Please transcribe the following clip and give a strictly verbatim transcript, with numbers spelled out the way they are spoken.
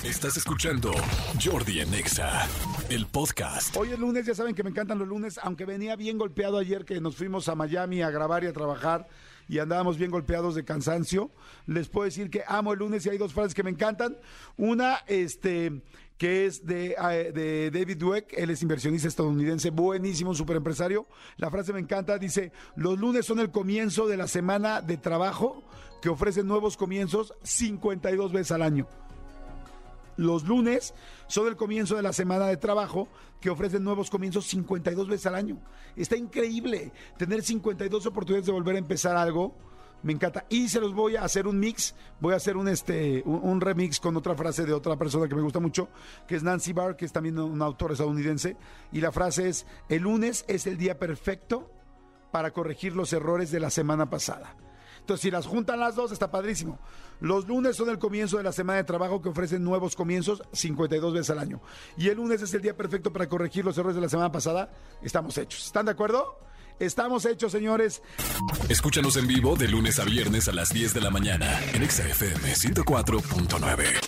Estás escuchando Jordi en Exa, el podcast. Hoy es lunes, ya saben que me encantan los lunes, aunque venía bien golpeado ayer que nos fuimos a Miami a grabar y a trabajar y andábamos bien golpeados de cansancio. Les puedo decir que amo el lunes y hay dos frases que me encantan. Una, este... que es de, de David Dweck, él es inversionista estadounidense, buenísimo, un superempresario. La frase me encanta, dice: los lunes son el comienzo de la semana de trabajo que ofrece nuevos comienzos cincuenta y dos veces al año. Los lunes son el comienzo de la semana de trabajo que ofrecen nuevos comienzos cincuenta y dos veces al año. Está increíble tener cincuenta y dos oportunidades de volver a empezar algo. Me encanta. Y se los voy a hacer un mix. Voy a hacer un, este, un, un remix con otra frase de otra persona que me gusta mucho, que es Nancy Barr, que es también una autora estadounidense. Y la frase es: el lunes es el día perfecto para corregir los errores de la semana pasada. Entonces, si las juntan las dos, está padrísimo. Los lunes son el comienzo de la semana de trabajo que ofrecen nuevos comienzos cincuenta y dos veces al año. Y el lunes es el día perfecto para corregir los errores de la semana pasada. Estamos hechos. ¿Están de acuerdo? Estamos hechos, señores. Escúchanos en vivo de lunes a viernes a las diez de la mañana en Exa F M ciento cuatro punto nueve.